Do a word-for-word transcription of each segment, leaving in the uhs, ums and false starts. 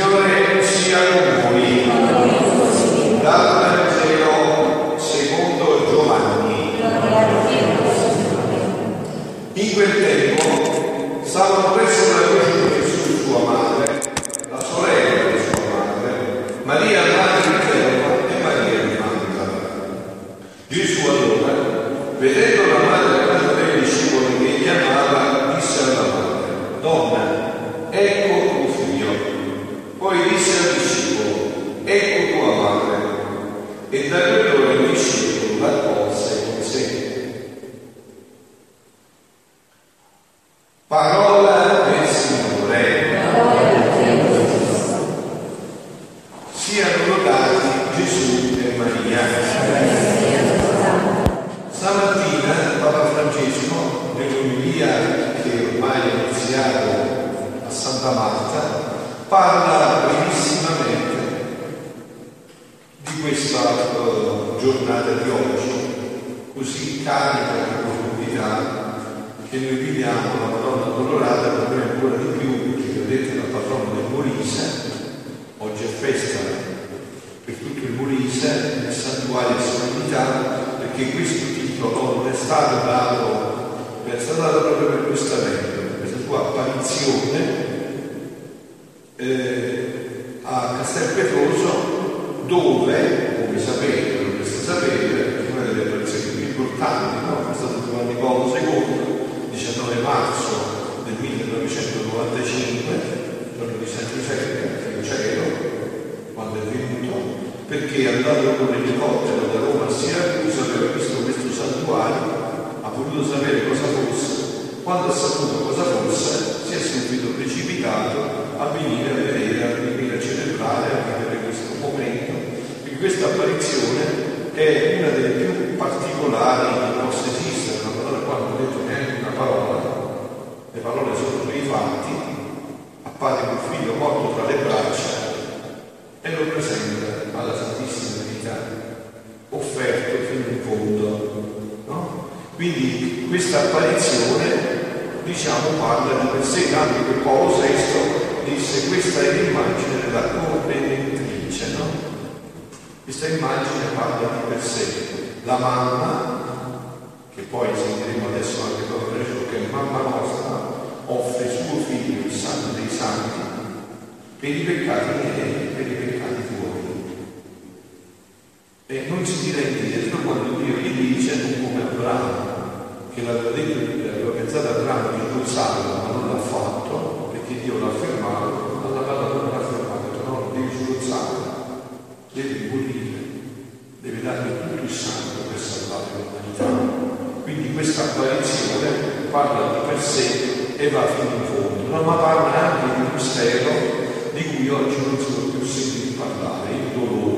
Signore sia con voi. Dal Vangelo secondo Giovanni. In quel tempo stavano presso la croce di Gesù sua madre, la sorella di sua madre, Maria madre di Cleofa e Maria di Magdala. Gesù allora, vedendo la madre accanto dei discepoli che egli amava, disse alla madre: Donna, ecco tuo figlio. Poi disse al discepolo: ecco tua madre. E da quell'ora il discepolo l'accolse con sé. Parola del Signore. Siano lodati Gesù e Maria. Stamattina Papa Francesco, nell'omelia che ormai è iniziata a Santa Marta, parla brevissimamente di questa uh, giornata di oggi, così carica di profondità, che noi viviamo la Madonna Addolorata per noi ancora di più, perché vedete la patrona del Molise, oggi è festa per tutto il Molise, nel santuario di Solennità, perché questo titolo è stato dato, è stato dato proprio per questo evento, per questa sua apparizione Eh, a Castelpetroso, dove, come sapete, dovreste sapere, una delle apparizioni più importanti, no? È stato Giovanni Paolo secondo, diciannove marzo del millenovecentonovantacinque, giorno di San Giuseppe in cielo, quando è venuto, perché è andato con l'elicottero da Roma a Siracusa, aveva visto questo santuario, ha voluto sapere cosa fosse. Quando ha saputo cosa fosse, si è subito precipitato a venire a vedere, a venire a celebrare, a vivere questo momento, perché questa apparizione è una delle più particolari che possa esistere. Una parola qua non ho detto neanche una parola, le parole sono dei fatti, appare un figlio morto tra le braccia e lo presenta alla Santissima Trinità, offerto fino in fondo, no? Quindi questa apparizione, diciamo, parla di per sé, tanto che Paolo sesto disse: questa è l'immagine della corredentrice, no? Questa immagine parla di per sé. La mamma, che poi sentiremo adesso anche dopo Francesco, che è mamma nostra, offre suo figlio, il santo dei santi, per i peccati miei, per i peccati tuoi. E non si tira indietro quando Dio gli dice, non come Abramo, che l'aveva detto, aveva pensato a Abramo di non salvo, ma non l'ha fatto, perché Dio l'ha fermato, alla parola non l'ha fermato, no, devi sgozzare, devi morire, devi dargli tutto il sangue per salvare l'umanità. Quindi questa apparizione parla di per sé e va fino in fondo, no, ma parla anche di un mistero di cui oggi non si può più sentire parlare, il dolore.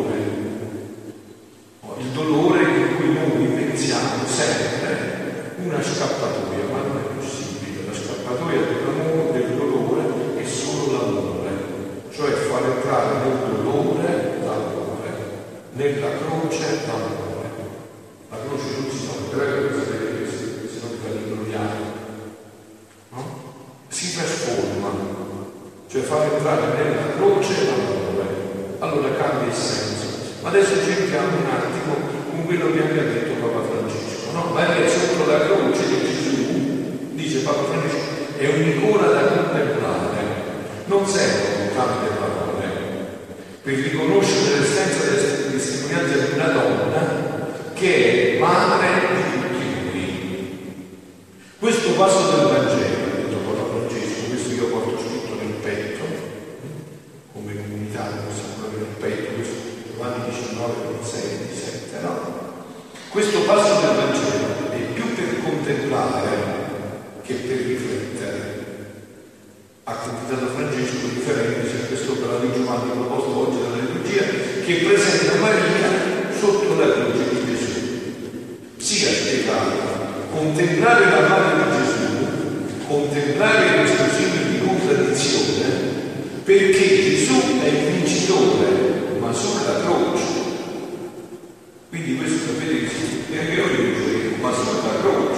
Il dolore in cui noi pensiamo sempre una scappatoia, ma non è possibile. La scappatoia dell'amore, del dolore è solo l'amore, cioè far entrare nel dolore l'amore, nella croce l'amore. La croce non si toglie, sapete, se non fa l'ingloriare, no? Si trasforma, cioè far entrare nella croce l'amore, allora cambia il senso. Ma adesso cerchiamo un attimo con quello che abbia detto Papa Francesco, no? Maria sotto la croce di Gesù, dice Papa Francesco, è un'icona da contemplare. Non servono tante parole per riconoscere l'essenza della testimonianza di una donna che è madre di tutti noi. Questo passo del Vangelo, ha detto Papa Francesco, questo io porto scritto nel petto, come comunità, questo nel petto, questo Giovanni diciannove, ventisei, ventisette, no? Questo passo del Vangelo è più per contemplare che per riflettere. Ha confidato Francesco riferendosi a questo brano di Giovanni proposto oggi dalla liturgia, che presenta Maria sotto la croce di Gesù. Sia spiegato, contemplare la madre di Gesù, contemplare questo segno di contraddizione, perché Gesù è il vincitore, ma sulla croce. Quindi questo sapete che si anche noi dicevo, ma sulla croce,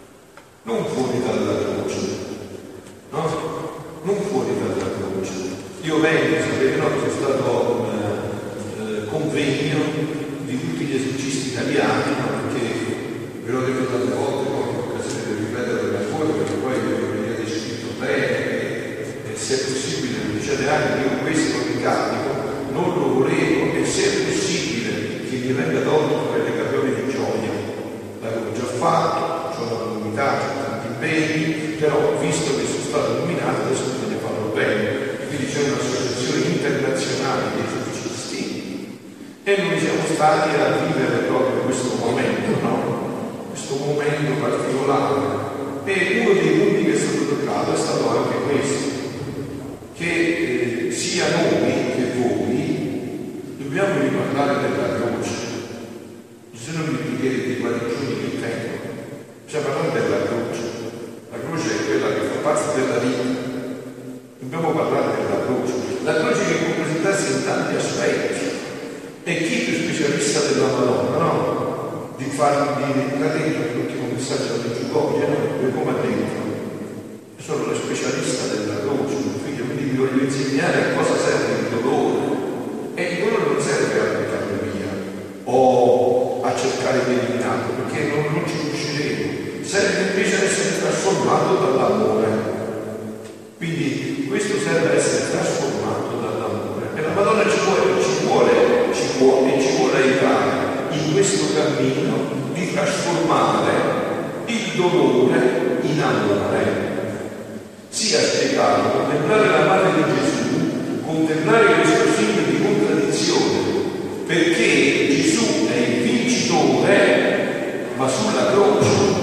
non fuori dalla croce, no? Non fuori dalla croce. Io vengo, sapete, no, c'è stato un eh, convegno di tutti gli esorcisti italiani, no, perché ve l'ho detto tante volte, poi ho occasione di ripetere ancora, perché poi ve l'ho descritto bene, e se è possibile, non dicete anche io questo mi carico, non lo volevo, e se è possibile che mi venga tolto per le capriole di gioia. L'avevo già fatto, ho una comunità, ho tanti impegni, però visto che sono stato nominato adesso bisogna farlo bene. Quindi c'è un'associazione internazionale di esorcisti e noi siamo stati a vivere proprio questo momento, no? Questo momento particolare. E uno dei punti che è stato toccato è stato anche questo, che eh, sia noi che voi dobbiamo riparlare della croce. Ci sono i preghiere di guarigioni che tengono, cioè parlando della croce. La croce è quella che fa parte della vita. Dobbiamo parlare della croce, la croce che può presentarsi in tanti aspetti. E chi più specialista della Madonna, no? Di farmi dire da dentro l'ultimo messaggio di Giugoria, no? Come ha detto, io sono la specialista della croce, mio figlio, quindi vi voglio insegnare a cosa serve il dolore. E il dolore non serve a buttarlo via o a cercare di eliminarlo, perché non, non ci riusciremo. Serve invece a essere trasformato dall'amore. Quindi questo serve a essere trasformato dall'amore. E la Madonna ci vuole, ci vuole, ci può e ci vuole aiutare in questo cammino di trasformare il dolore in amore. Sia spiegato, contemplare la madre di Gesù, contemplare questo segno di contraddizione, perché Gesù è il vincitore, ma sulla croce.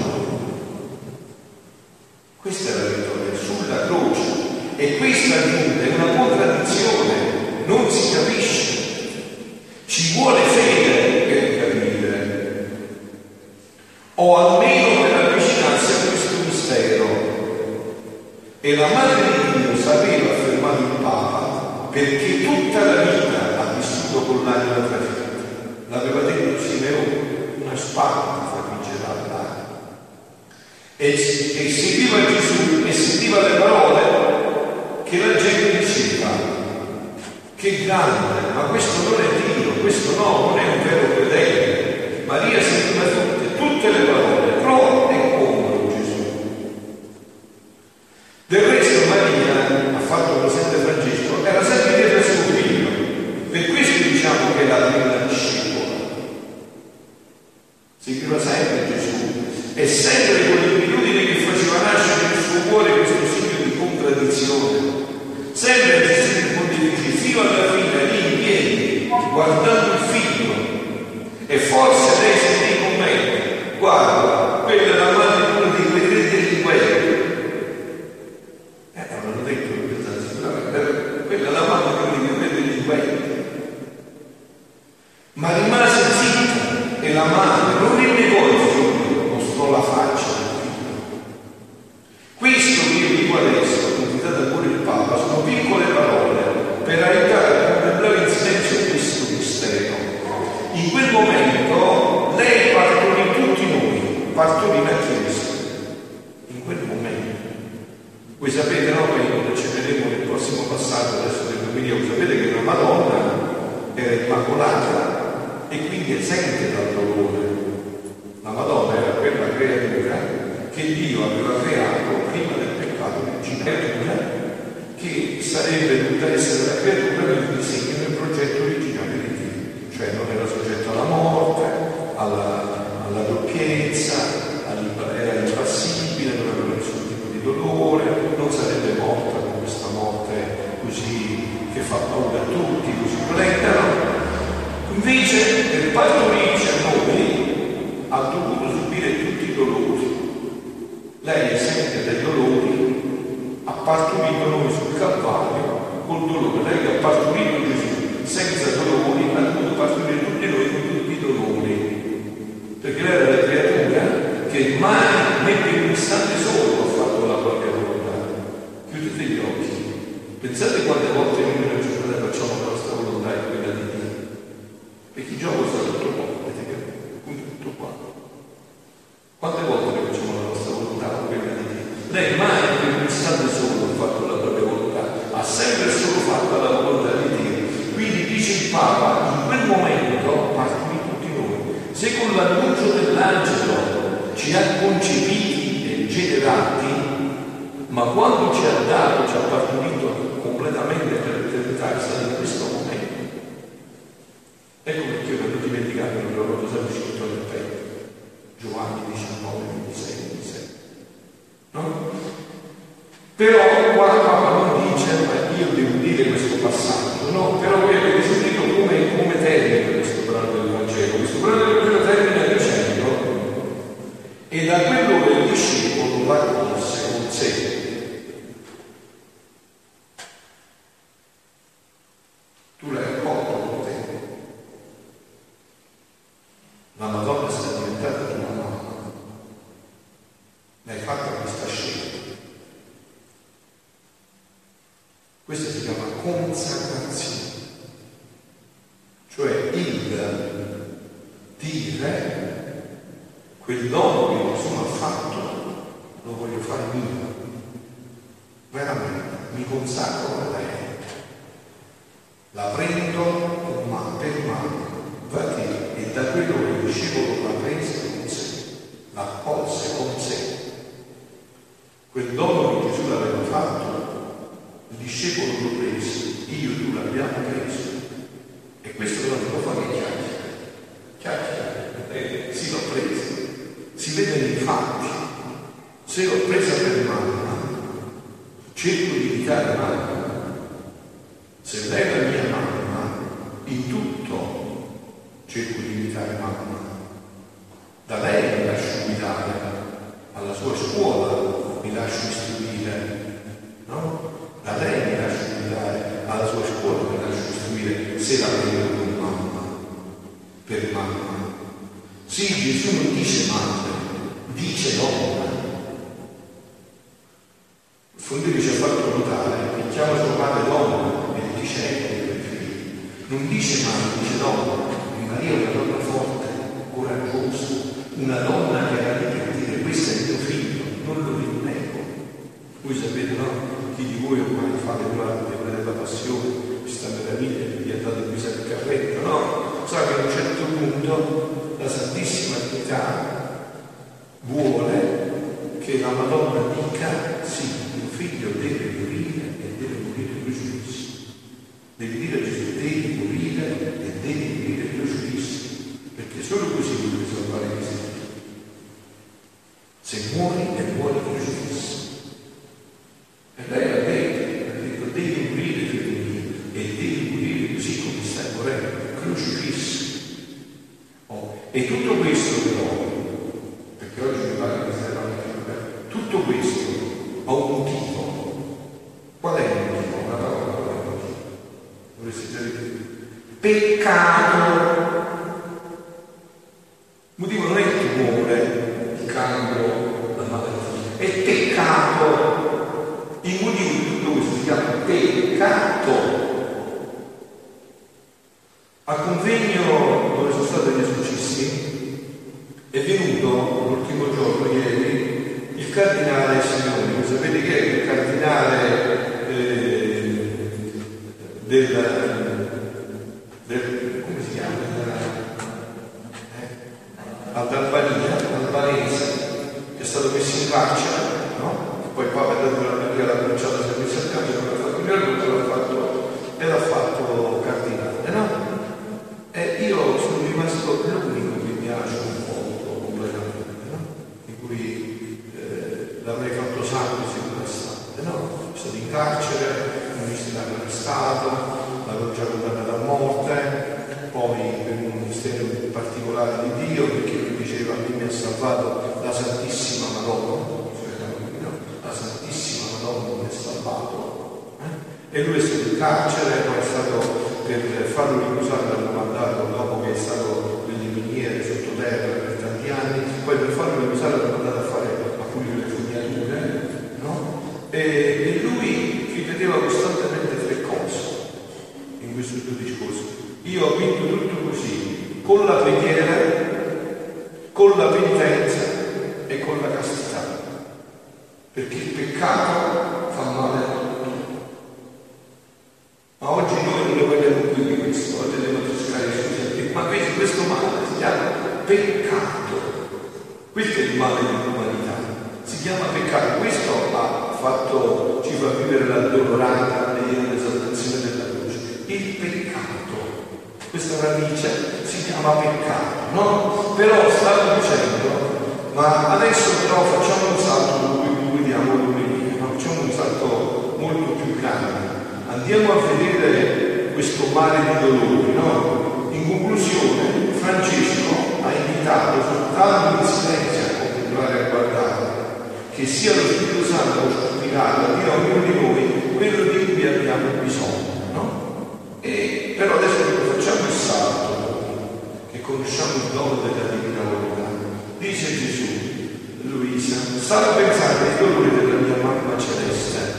Questa è la vittoria, sulla croce. E questa aggiunta è una contraddizione, non si capisce. Ci vuole fede per capire, o almeno per avvicinarsi a questo mistero. E la Madre di Dio sapeva, affermato il Papa, perché tutta la vita ha vissuto con l'anima trafitata. L'aveva detto Simeone, una spada famigerata. E, e seguiva Gesù e sentiva le parole che la gente diceva: che grande, ma questo non è Dio, questo no, non è un vero credente. Maria sentiva tutte, tutte le parole, pro e contro Gesù. Del resto Maria, ha fatto presente Francesco, era sempre dietro suo figlio. Per questo diciamo che è la prima discepola. Seguiva sempre Gesù e sempre con l'inquietudine che faceva nascere nel suo cuore questo segno di contraddizione. Sempre Gesù pontificia fino alla fine, lì in piedi, guardando il figlio. E forse lei sentì con me: guarda, quella è la madre di uno di quei tre delinquenti. Eh, avevano detto sicuramente, quella è la madre di uno di quei tre delinquenti. Ma rimase zitta e la madre non rinnegò il figlio, mostrò la faccia del figlio. Questo che io dico adesso, considerate pure il Papa, sono piccole parole per aiutare a contemplare in silenzio questo mistero. In quel momento lei partorì tutti noi, partorì la Chiesa. In quel momento. Voi sapete, no? Poi lo accenderemo nel prossimo passaggio adesso del domenica, voi sapete che la Madonna era immacolata e quindi esente dal dolore. La Madonna era quella creatura che Dio aveva creato prima del peccato originale, che sarebbe dovuta essere la creatura nel disegno del progetto originale di Dio, cioè non era soggetto alla morte, alla, alla doppiezza, era impassibile, non aveva nessun tipo di dolore, non sarebbe morta con questa morte così che fa paura a tutti, così violenta, no? Invece per partorirci a noi ha dovuto subire tutti i dolori. Lei è esente dai dolori, ha partorito noi sul Calvario col dolore. Lei ha partorito Gesù senza dolori, ha dovuto partorire tutti noi con tutti i dolori. Perché lei era la creatura che mai, neanche in un istante solo, ha fatto la propria volontà. Chiudete gli occhi. Pensate quante volte noi nella giornata facciamo la nostra volontà e quella di Dio. Perché il gioco sta tutto qua, vedete che tutto qua. Quante volte noi facciamo la nostra volontà o quella di Dio? Lei mai per un istante solo ha fatto la propria volontà, ha sempre solo fatto la ma quando ci ha dato, ci ha partorito completamente per l'eternità, è stato in questo momento. Ecco perché io per non dimenticarmi non l'ho sempre scritto nel petto. Giovanni diciannove, ventisei, ventisei. No? Però qua Papa non dice, ma io devo dire questo passaggio, no? Però voi avete sentito come, come termina questo brano del Vangelo. Questo brano del Vangelo termina dicendo: e da quello che il discepolo la colse con sé. Tu l'hai accolto con te. La Madonna sta diventata tua mamma. L'hai fatta questa scelta. Questa si chiama consacrazione. Cioè il dire quel dono che Gesù mi ha fatto lo voglio fare mio. Veramente, mi consacro a lei. La prendo con mano per mano, va te, e da quello che il discepolo l'ha presa con sé, la accolse con sé. Quel dono che Gesù l'aveva fatto, il discepolo lo prese, io e tu l'abbiamo preso. E questo non lo fa che chiacchiere. Chiacchiere, eh, sì, l'ho presa. Si vede nei fatti. Se l'ho presa per mamma, cerco di evitare mamma. Se lei è la mia mamma, in tutto cerco di imitare mamma. Da lei mi lascio guidare, alla sua scuola mi lascio istruire, no? Da lei mi lascio guidare, alla sua scuola mi lascio istruire, se la vedo con mamma, per mamma. Sì, Gesù non dice madre, dice donna. Il Fondiere ci ha fatto notare che chiama sua madre donna. Non dice madre, dice donna. E Maria è una donna forte, coraggiosa, una donna che era lì per dire: questo è il mio figlio, non lo rinnego. Voi sapete, no? Chi di voi ormai fa le guardie della passione, questa meraviglia che vi ha dato qui il carretto, no? Sa che a un certo punto la Santissima Trinità vuole che la Madonna dica: sì, mio figlio deve morire e deve morire crocifisso. Devi dire a Gesù: devi morire e devi morire crocifisso, perché solo così puoi salvare i miseria. Se muori e muori crocifisso. E lei ha detto, ha detto: devi morire, figlio mio, e devi morire così come stai morendo, crocifisso. Oh, e tutto questo però, perché oggi mi pare che stai parlando, tutto questo ha un motivo. Qual è il motivo? Una parola. Peccato. Il motivo non è il tumore, il cancro, la malattia, è peccato. Il motivo di tutto questo si chiama peccato. A convegno dove sono stati gli esorcisti è venuto l'ultimo giorno, ieri, il cardinale Simeoni. Sapete che è il cardinale eh, del, del, come si chiama? Eh? Albania, albanese, che è stato messo in carcere, no? Poi il Papa ha dato la Maria, l'ha cominciato a servizio al carcere, l'ha fatto in l'ha fatto e l'ha fatto cardinale, no? E io sono rimasto l'unico che mi ha sconvolto completamente, no? In cui eh, l'avrei fatto sangue sicuramente, no? È stato in carcere, il ministro l'ha arrestato, l'avevo già condannato a morte, poi per un mistero particolare di Dio, perché lui diceva: a me mi ha salvato la Santissima Madonna, la Santissima Madonna mi ha salvato, eh? E lui è stato in carcere, poi è stato, per farlo riposare, l'hanno mandato dopo che è stato nelle miniere sottoterra per tanti anni, poi per farlo riposare l'hanno mandato a fare a pulire le fognature, no? E, e lui ripeteva costantemente tre cose in questo suo discorso: io ho vinto tutto così, con la preghiera, con la penitenza e con la castità, perché il peccato fa male a tutti. Ma oggi noi non lo vogliamo più di questo, oggi devo cercare scusa, ma vedi, questo male si chiama peccato. Questo è il male dell'umanità, si chiama peccato. Questo ha fatto fatto, ci fa vivere l'addolorata e l'esaltazione della croce? Il peccato. Questa radice si chiama peccato, no? Però stavo dicendo, ma adesso però facciamo un salto dove vediamo l'umilia, ma facciamo un salto molto più grande. Andiamo a vedere questo mare di dolori, no? In conclusione, Francesco ha invitato soltanto in silenzio a contemplare e a guardare, che sia lo Spirito Santo ispirato a dire a ognuno di noi quello di cui abbiamo bisogno, no? E però adesso facciamo il salto, che conosciamo il dono della divina volontà. Dice Gesù, Luisa, stavo pensando ai dolori della mia mamma celeste.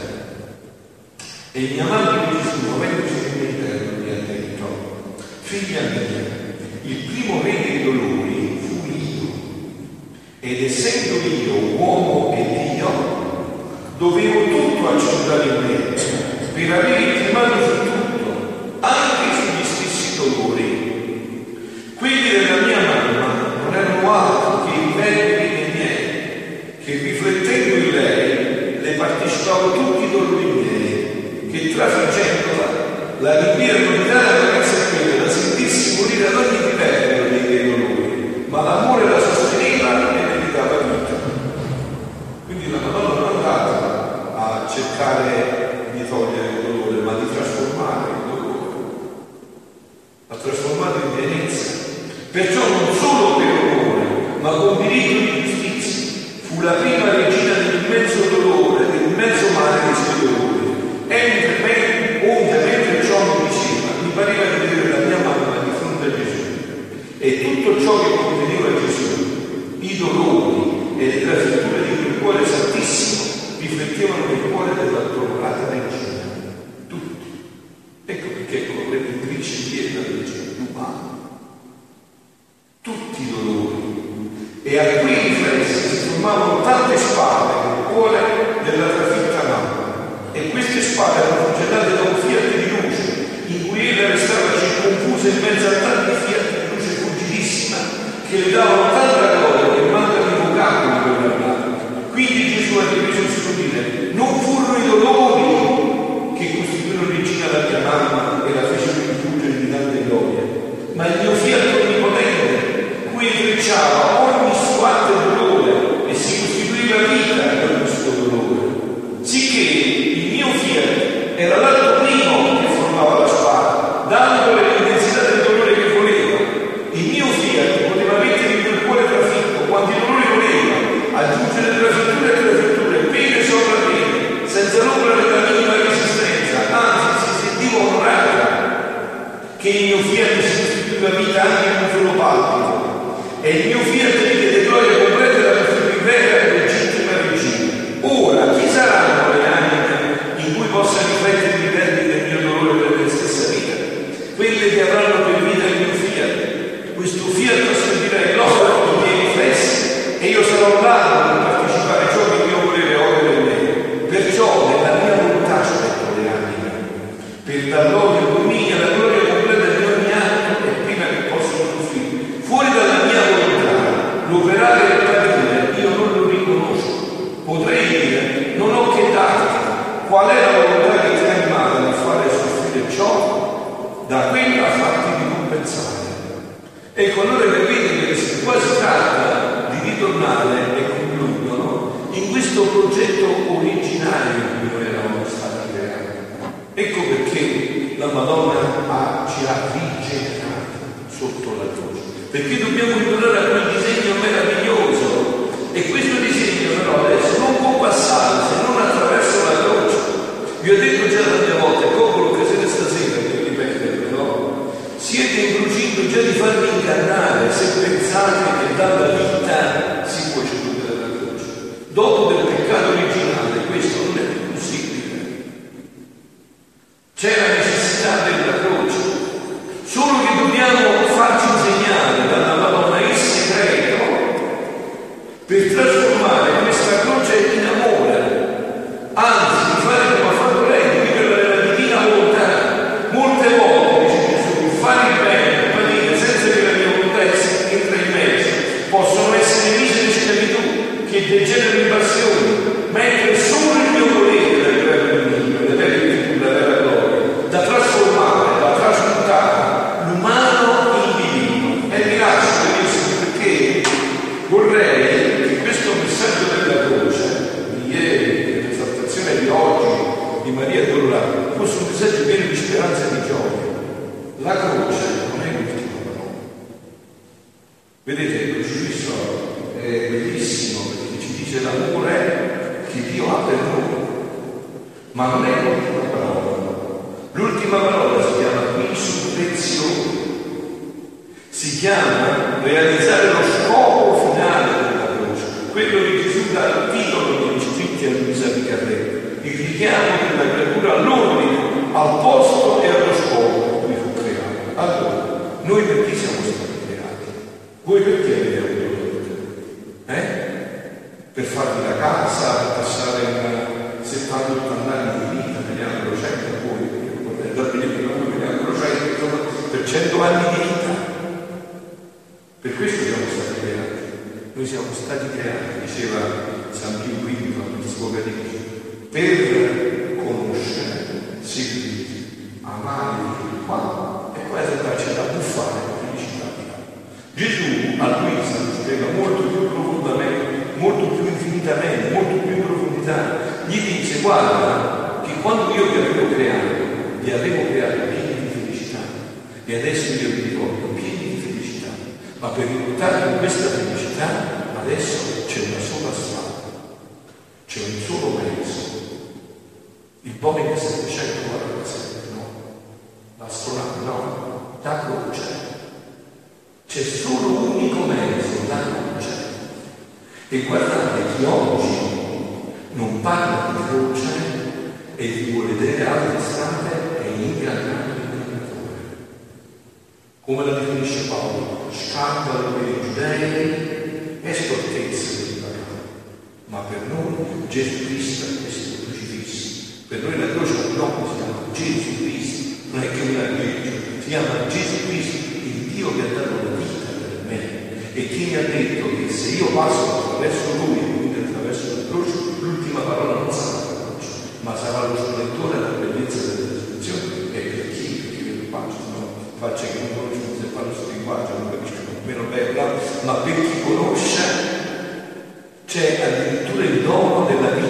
E mia madre Gesù, muovendosi nell'interno, mi ha detto: figlia mia, il primo re dei dolori fu io, ed essendo io uomo e Dio, dovevo tutto accettare in me per avere il mano su tutto, anche sugli stessi dolori. Quelli della mia mamma non erano altro che i verbi miei, che riflettendo in lei le partecipavo tutti i dolori miei, che trafiggendola la ripieno di dare alla ragazza quella da sentirsi morire ad ogni livello dei miei dolori, ma l'amore la sosteneva e le dava vita. Quindi la Madonna non è andata a cercare di togliere il dolore, ma di trasformare il dolore, l'ha trasformato in pienezza. Perciò non solo per onore, ma con diritto di giustizia, fu la prima regina dell'immenso dolore, dell'immenso male dei suoi dolori. Mentre, mentre, mentre ciò mi diceva, mi pareva di vedere la mia mamma di fronte a Gesù, e tutto ciò che conteneva Gesù, i dolori e le trafitture di quel cuore santissimo, riflettevano nel cuore dell'addolorata regina. Tutti. Ecco perché con le lettrici piena del Gesù umano. Tutti i dolori. E a quei riflessi si formavano tante spade nel cuore della trafitta mamma. E queste spade erano fucilate da un fiat di luce, in cui ella restava circonfusa in mezzo a tanti fiat di luce fulgidissima, che le davano tanta gloria che mancano i vocaboli per parlare. Quindi Gesù ha ripreso il suo dire: non furono i dolori che costituirono regina la mia mamma e la fecero rifulgere di tante glorie, ma il mio fiat onnipotente, cui intrecciava ogni suo atto dolore e si costituiva vita in ogni suo dolore. Sicché era l'atto primo che formava la spada, dandole l'intensità del dolore che voleva. Il mio fiat poteva mettere in quel cuore trafitto quanti dolori voleva, aggiungere trafitture e trafitture, pene sopra pene, senza l'ombra della minima resistenza. Anzi, si sentiva onorata che il mio fiat si costituiva vita anche in un solo palpito, e il mio fiat mi chiede gloria completa della perfetta e legittima regina. Ora, chi saranno le anime in cui possa riflettere i verbi del mio dolore per me stessa vita? Quelle che avranno per vita il mio fiat. Questo fiat trasmetterà il loro i miei riflessi, e io sarò là per partecipare a ciò che Dio voleva ora per me. Perciò nella mia volontà aspetto le anime, per dar loro il dominio e la gloria completa di ogni atto e prima che possano soffrire. Fuori dalla mia volontà, l'operare del padrone io non lo riconosco. Potrei dire, non ho che darti. Qual è la volontà che ti ha in mano di fare soffrire ciò? Da quella fatti di compensare. Ecco, allora capite che qua si tratta di ritornare, e concludo, no? In questo progetto originario in cui noi eravamo stati creati. Ecco perché la Madonna ha, ci ha rigenerati sotto la croce. Perché dobbiamo ritornare a quel disegno meraviglioso. E questo disegno però adesso non può passare se non attraverso la croce. Vi ho detto già tante volte, colgo l'occasione stasera per ripeterlo, no? Siete in procinto già di farvi ingannare se pensate che dalla vita si può cedere la croce. Dopo del peccato originale questo non è più possibile. C'è la necessità della croce, solo che dobbiamo farci insegnare dalla Madonna il segreto per trasformare questa croce in amore, anzi di fare come ha fatto lei, di Maria Addolorata, fosse un messaggio pieno di speranza e di gioia. La croce non è l'ultima parola. Vedete, il crocifisso è bellissimo perché ci dice l'amore che Dio ha per noi, ma non è l'ultima parola. L'ultima parola si chiama insurrezione, si chiama realizzare lo scopo finale della croce, quello che Gesù dà al titolo degli scritti a Luisa di Carrera, il richiamo della creatura all'ordine, al posto e allo scopo per cui fu creato. Allora, noi perché siamo stati creati? Voi perché avete avuto la vita? Eh? Per farvi la casa, per passare una settanta ottanta anni di vita, vediamo cento a voi, perché potete dire che noi vediamo cento, insomma, per cento anni di vita. Per questo siamo stati creati. Noi siamo stati creati, diceva San Pio quinto, il suo catechismo, per conoscere, seguire, amare il qua e poi andarci a buffare la felicità di là. Gesù a Luisa lo spiega molto più profondamente, molto più infinitamente, molto più in profondità. Gli dice: guarda che quando io vi avevo creato, vi avevo creato pieni di felicità e adesso io vi ricordo pieni di felicità, ma per riportarvi in questa felicità adesso c'è una sola strada, c'è un solo mezzo. Il Boeing settecentoquarantasette, no, l'astronave, no, la croce. C'è solo un unico mezzo, la croce. E guardate, chi oggi non parla di croce e vi vuole vedere altre strade è ingannato ingannatore. Come la definisce Paolo? Scandalo per i giudei e stortezza per i pagani. Ma per noi Gesù Cristo è questo crocifisso. Per noi la croce è un nome, si chiama Gesù Cristo, non è che una legge, si chiama Gesù Cristo, il Dio che ha dato la vita per me e che mi ha detto che se io passo attraverso Lui e quindi attraverso la croce, l'ultima parola non sarà la croce, ma sarà lo splendore e la bellezza della resurrezione. E per chi? Perché io faccio, no? Faccio che non conosco, se parlo questo linguaggio non capisco meno bella, ma per chi conosce c'è addirittura il dono della vita